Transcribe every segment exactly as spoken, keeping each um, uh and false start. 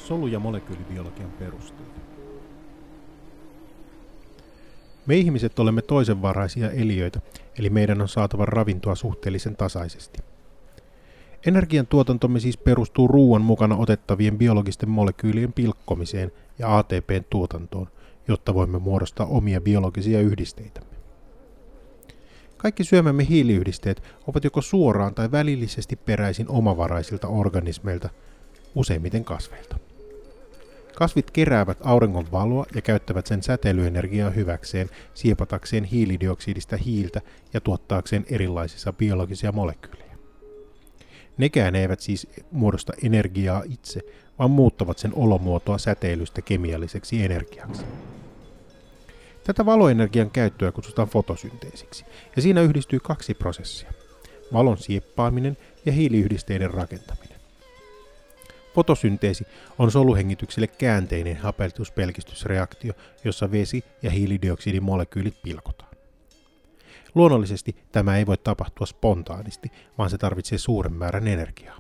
Solu- ja molekyylibiologian perusteita. Me ihmiset olemme toisenvaraisia eliöitä, eli meidän on saatava ravintoa suhteellisen tasaisesti. Energian tuotantomme siis perustuu ruoan mukana otettavien biologisten molekyylien pilkkomiseen ja A T P:n tuotantoon, jotta voimme muodostaa omia biologisia yhdisteitämme. Kaikki syömämme hiiliyhdisteet ovat joko suoraan tai välillisesti peräisin omavaraisilta organismeilta, useimmiten kasveilta. Kasvit keräävät auringon valoa ja käyttävät sen säteilyenergiaa hyväkseen siepatakseen hiilidioksidista hiiltä ja tuottaakseen erilaisia biologisia molekyylejä. Nekään eivät siis muodosta energiaa itse, vaan muuttavat sen olomuotoa säteilystä kemialliseksi energiaksi. Tätä valoenergian käyttöä kutsutaan fotosynteesiksi, ja siinä yhdistyy kaksi prosessia: valon sieppaaminen ja hiiliyhdisteiden rakentaminen. Fotosynteesi on soluhengitykselle käänteinen hapeltuspelkistysreaktio, jossa vesi- ja hiilidioksidimolekyylit pilkotaan. Luonnollisesti tämä ei voi tapahtua spontaanisti, vaan se tarvitsee suuren määrän energiaa.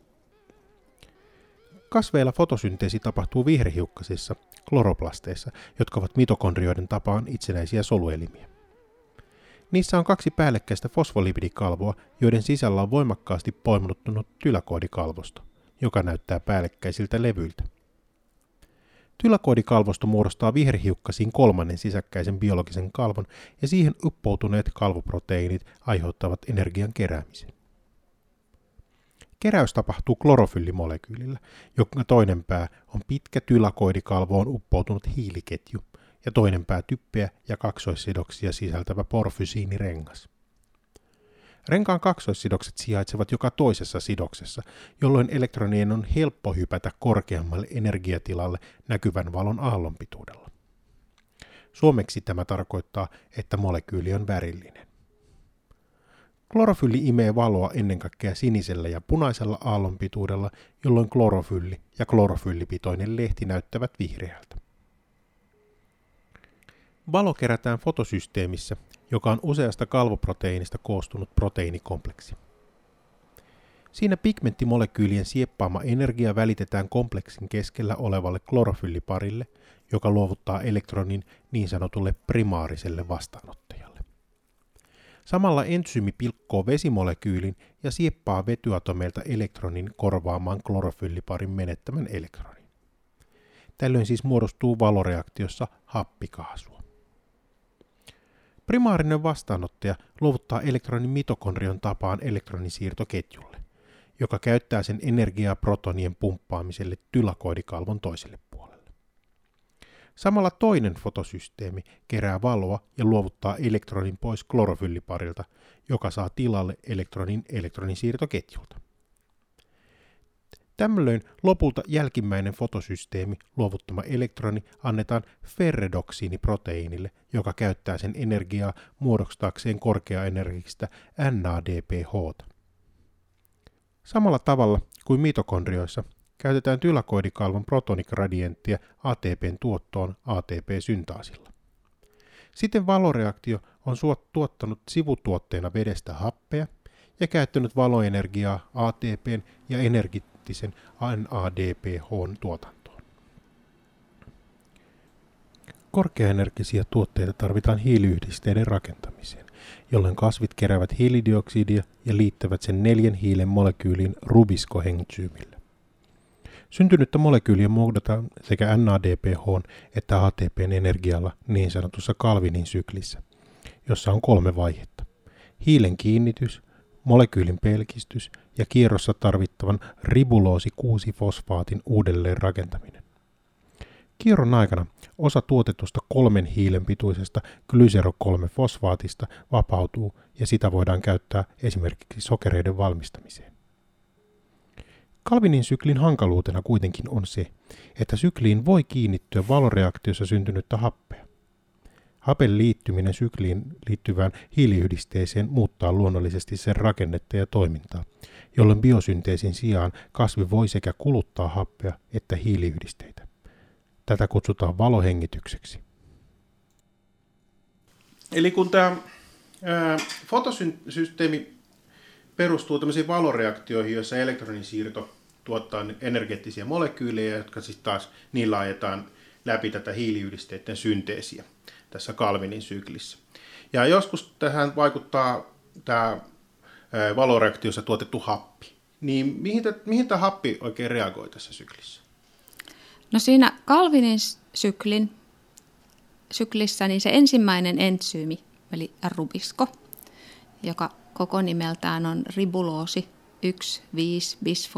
Kasveilla fotosynteesi tapahtuu viherhiukkasissa, kloroplasteissa, jotka ovat mitokondrioiden tapaan itsenäisiä soluelimiä. Niissä on kaksi päällekkäistä fosfolipidikalvoa, joiden sisällä on voimakkaasti poimunuttunut tylakoodikalvosto, joka näyttää päällekkäisiltä levyiltä. Tylakoodikalvosto muodostaa viherhiukkasiin kolmannen sisäkkäisen biologisen kalvon, ja siihen uppoutuneet kalvoproteiinit aiheuttavat energian keräämisen. Keräys tapahtuu klorofyllimolekyylillä, jonka toinen pää on pitkä tylakoodikalvoon uppoutunut hiiliketju ja toinen pää typpeä ja kaksoissidoksia sisältävä porfysiinirengas. Renkaan kaksoissidokset sijaitsevat joka toisessa sidoksessa, jolloin elektronien on helppo hypätä korkeammalle energiatilalle näkyvän valon aallonpituudella. Suomeksi tämä tarkoittaa, että molekyyli on värillinen. Klorofylli imee valoa ennen kaikkea sinisellä ja punaisella aallonpituudella, jolloin klorofylli ja klorofyllipitoinen lehti näyttävät vihreältä. Valo kerätään fotosysteemissä, joka on useasta kalvoproteiinista koostunut proteiinikompleksi. Siinä pigmenttimolekyylien sieppaama energia välitetään kompleksin keskellä olevalle klorofylliparille, joka luovuttaa elektronin niin sanotulle primaariselle vastaanottajalle. Samalla entsyymi pilkkoo vesimolekyylin ja sieppaa vetyatomeilta elektronin korvaamaan klorofylliparin menettämän elektronin. Tällöin siis muodostuu valoreaktiossa happikaasua. Primaarinen vastaanottaja luovuttaa elektronin mitokondrion tapaan elektronisiirtoketjulle, joka käyttää sen energiaa protonien pumppaamiselle tylakoodikalvon toiselle puolelle. Samalla toinen fotosysteemi kerää valoa ja luovuttaa elektronin pois klorofylliparilta, joka saa tilalle elektronin elektronisiirtoketjulta. Tämmöin lopulta jälkimmäinen fotosysteemi luovuttama elektroni annetaan ferredoksiiniproteiinille, joka käyttää sen energiaa muodostaakseen korkeaenergistä N A D P H:ta. Samalla tavalla kuin mitokondrioissa käytetään tylakoodikalvon protonigradienttia A T P:n tuottoon A T P-syntaasilla. Siten valoreaktio on tuottanut sivutuotteena vedestä happea ja käyttänyt valoenergiaa A T P:n ja energeettisen N A D P H:n tuotantoon. Korkeaenergisiä tuotteita tarvitaan hiiliyhdisteiden rakentamiseen, jolloin kasvit keräävät hiilidioksidia ja liittävät sen neljän hiilen molekyyliin rubiskohentsyymillä. Syntynyttä molekyyliä muodotaan sekä N A D P H:n että A T P:n energialla niin sanotussa Calvinin syklissä, jossa on kolme vaihetta: hiilen kiinnitys, molekyylin pelkistys ja kierrossa tarvittavan ribuloosi kuusi fosfaatin uudelleen rakentaminen. Kierron aikana osa tuotetusta kolmen hiilen pituisesta glysero kolme fosfaatista vapautuu ja sitä voidaan käyttää esimerkiksi sokereiden valmistamiseen. Calvinin syklin hankaluutena kuitenkin on se, että sykliin voi kiinnittyä valoreaktiossa syntynyttä happea. Hapen liittyminen sykliin liittyvään hiiliyhdisteeseen muuttaa luonnollisesti sen rakennetta ja toimintaa, jolloin biosynteesin sijaan kasvi voi sekä kuluttaa happea että hiiliyhdisteitä. Tätä kutsutaan valohengitykseksi. Eli kun tämä ää, fotosysteemi perustuu tämmöisiin valoreaktioihin, joissa elektronisiirto tuottaa energeettisiä molekyylejä, jotka sitten taas niillä ajetaan läpi tätä hiiliyhdisteiden synteesiä tässä Calvinin syklissä. Ja joskus tähän vaikuttaa tämä valoreaktiossa tuotettu happi. Niin mihin, te, mihin tämä happi oikein reagoi tässä syklissä? No siinä Calvinin syklin, syklissä niin se ensimmäinen entsyymi, eli rubisko, joka koko nimeltään on ribuloosi yksi viisi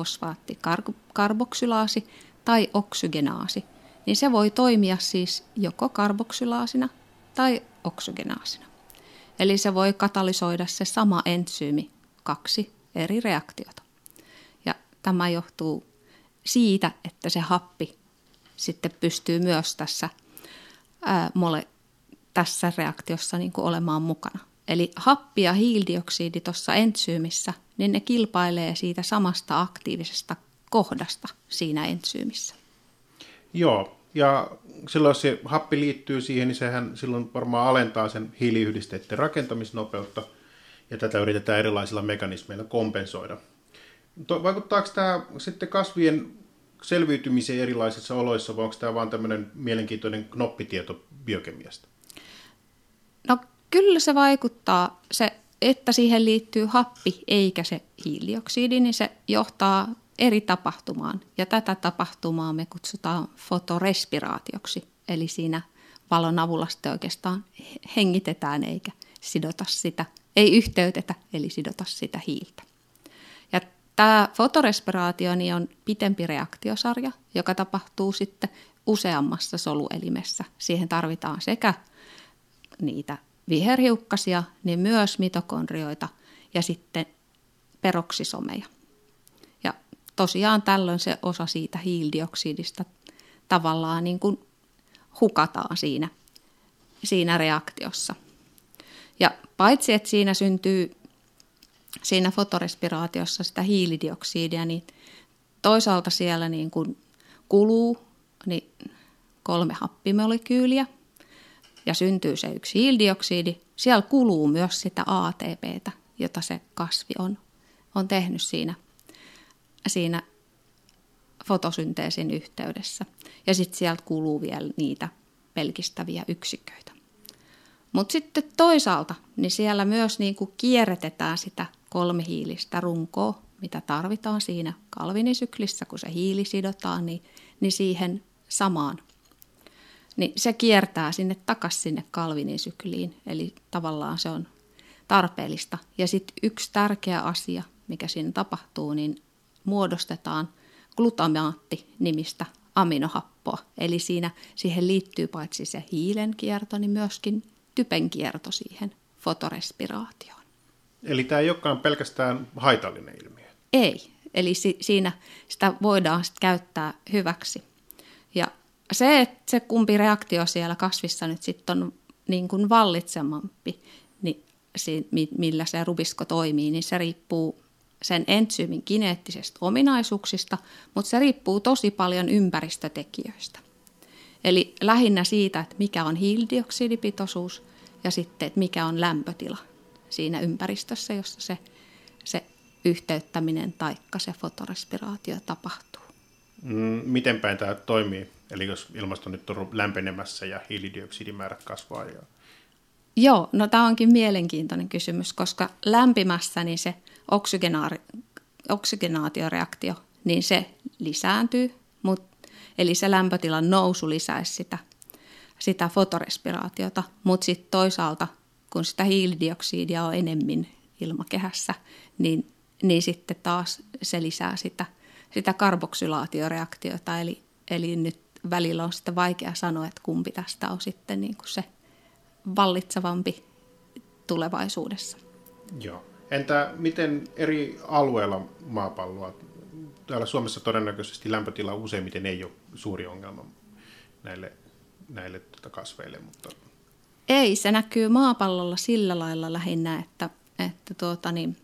bisfosfaattikarboksylaasi tai oksygenaasi, niin se voi toimia siis joko karboksylaasina tai oksygenaasina. Eli se voi katalysoida se sama entsyymi kaksi eri reaktiota. Ja tämä johtuu siitä, että se happi sitten pystyy myös tässä, ää, mole, tässä reaktiossa niin kuin olemaan mukana. Eli happi ja hiilidioksidi tuossa entsyymissä, niin ne kilpailee siitä samasta aktiivisesta kohdasta siinä entsyymissä. Joo, ja silloin jos se happi liittyy siihen, niin sehän silloin varmaan alentaa sen hiiliyhdisteiden rakentamisnopeutta, ja tätä yritetään erilaisilla mekanismeilla kompensoida. Vaikuttaako tämä sitten kasvien selviytymiseen erilaisissa oloissa, vai onko tämä vaan tämmöinen mielenkiintoinen knoppitieto biokemiasta? No kyllä se vaikuttaa, se, että siihen liittyy happi eikä se hiilidioksidi, niin se johtaa eri tapahtumaan. Ja tätä tapahtumaa me kutsutaan fotorespiraatioksi, eli siinä valon avulla sitten oikeastaan hengitetään eikä sidota sitä, ei yhteytetä, eli sidota sitä hiiltä. Ja tämä fotorespiraatio niin on pitempi reaktiosarja, joka tapahtuu sitten useammassa soluelimessä. Siihen tarvitaan sekä niitä viherhiukkasia, niin myös mitokondrioita ja sitten peroksisomeja. Ja tosiaan tällöin se osa siitä hiilidioksidista tavallaan niin kuin hukataan siinä, siinä reaktiossa. Ja paitsi, että siinä syntyy siinä fotorespiraatiossa sitä hiilidioksidia, niin toisaalta siellä niin kuin kuluu niin kolme happimolekyyliä ja syntyy se yksi hiilidioksidi. Siellä kuluu myös sitä A T P:tä, jota se kasvi on, on tehnyt siinä, siinä fotosynteesin yhteydessä. Ja sitten sieltä kuluu vielä niitä pelkistäviä yksiköitä. Mutta sitten toisaalta, niin siellä myös niinku kierrätetään sitä kolmihiilistä runkoa, mitä tarvitaan siinä Calvinisyklissä, kun se hiili sidotaan, niin, niin siihen samaan. Niin se kiertää sinne takaisin sinne Calvinisykliin, eli tavallaan se on tarpeellista. Ja sitten yksi tärkeä asia, mikä siinä tapahtuu, niin muodostetaan glutamaatti-nimistä aminohappoa. Eli siinä siihen liittyy paitsi se hiilen kierto, niin myöskin typen kierto siihen fotorespiraatioon. Eli tämä ei olekaan pelkästään haitallinen ilmiö? Ei, eli si- siinä sitä voidaan sit käyttää hyväksi. Ja se, että se kumpi reaktio siellä kasvissa nyt sitten on niin kuin vallitsemampi, niin si- millä se rubisko toimii, niin se riippuu sen entsyymin kineettisistä ominaisuuksista, mutta se riippuu tosi paljon ympäristötekijöistä. Eli lähinnä siitä, että mikä on hiilidioksidipitoisuus ja sitten, että mikä on lämpötila siinä ympäristössä, jossa se, se yhteyttäminen taikka se fotorespiraatio tapahtuu. Mm, miten päin tämä toimii? Eli jos ilmasto nyt on lämpenemässä ja hiilidioksidimäärät kasvaa? Ja... Joo, no tämä onkin mielenkiintoinen kysymys, koska lämpimässä niin se oksygenaari- oksygenaatioreaktio, niin se lisääntyy, mutta eli se lämpötilan nousu lisäisi sitä, sitä fotorespiraatiota, mutta sitten toisaalta, kun sitä hiilidioksidia on enemmän ilmakehässä, niin, niin sitten taas se lisää sitä, sitä karboksylaatioreaktiota, eli, eli nyt välillä on sitten vaikea sanoa, että kumpi tästä on sitten niin kuin se vallitsevampi tulevaisuudessa. Joo. Entä miten eri alueilla maapalloa? Täällä Suomessa todennäköisesti lämpötila useimmiten ei ole suuri ongelma näille, näille tuota kasveille. Mutta... Ei, se näkyy maapallolla sillä lailla lähinnä, että, että tuota niin,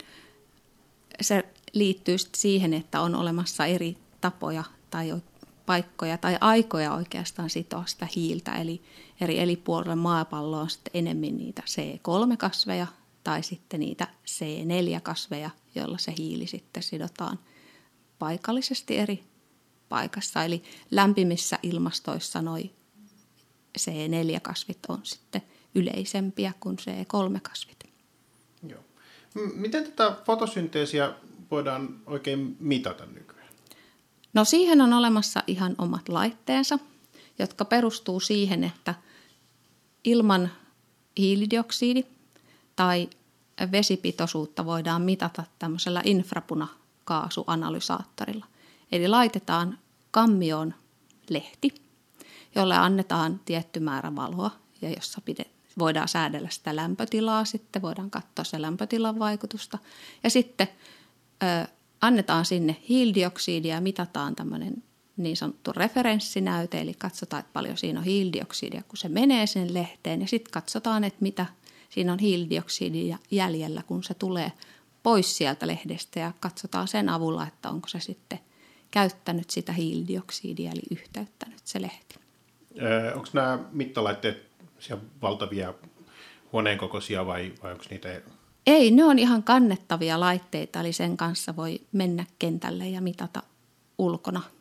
se liittyy siihen, että on olemassa eri tapoja tai paikkoja tai aikoja oikeastaan sitoa sitä hiiltä. Eli eri eri puolilla maapalloa on sitten enemmän niitä C kolme kasveja tai sitten niitä C neljä kasveja, joilla se hiili sitten sidotaan paikallisesti eri paikassa. Eli lämpimissä ilmastoissa noi C neljä kasvit on sitten yleisempiä kuin C kolme kasvit. Joo. Miten tätä fotosynteesiä voidaan oikein mitata nykyään? No siihen on olemassa ihan omat laitteensa, jotka perustuu siihen, että ilman hiilidioksidi tai vesipitoisuutta voidaan mitata tämmöisellä infrapunakaasuanalysaattorilla. Eli laitetaan kammioon lehti, jolle annetaan tietty määrä valoa ja jossa voidaan säädellä sitä lämpötilaa, sitten voidaan katsoa se lämpötilan vaikutusta ja sitten ö, annetaan sinne hiilidioksidia ja mitataan tämmöinen niin sanottu referenssinäyte, eli katsotaan, että paljon siinä on hiilidioksidia, kun se menee sen lehteen ja sitten katsotaan, että mitä siinä on hiilidioksidia jäljellä, kun se tulee pois sieltä lehdestä ja katsotaan sen avulla, että onko se sitten käyttänyt sitä hiilidioksidia eli yhteyttänyt se lehti. Öö, onko nämä mittalaitteet valtavia huoneen kokoisia vai, vai onko niitä? Ei, ne on ihan kannettavia laitteita, eli sen kanssa voi mennä kentälle ja mitata ulkona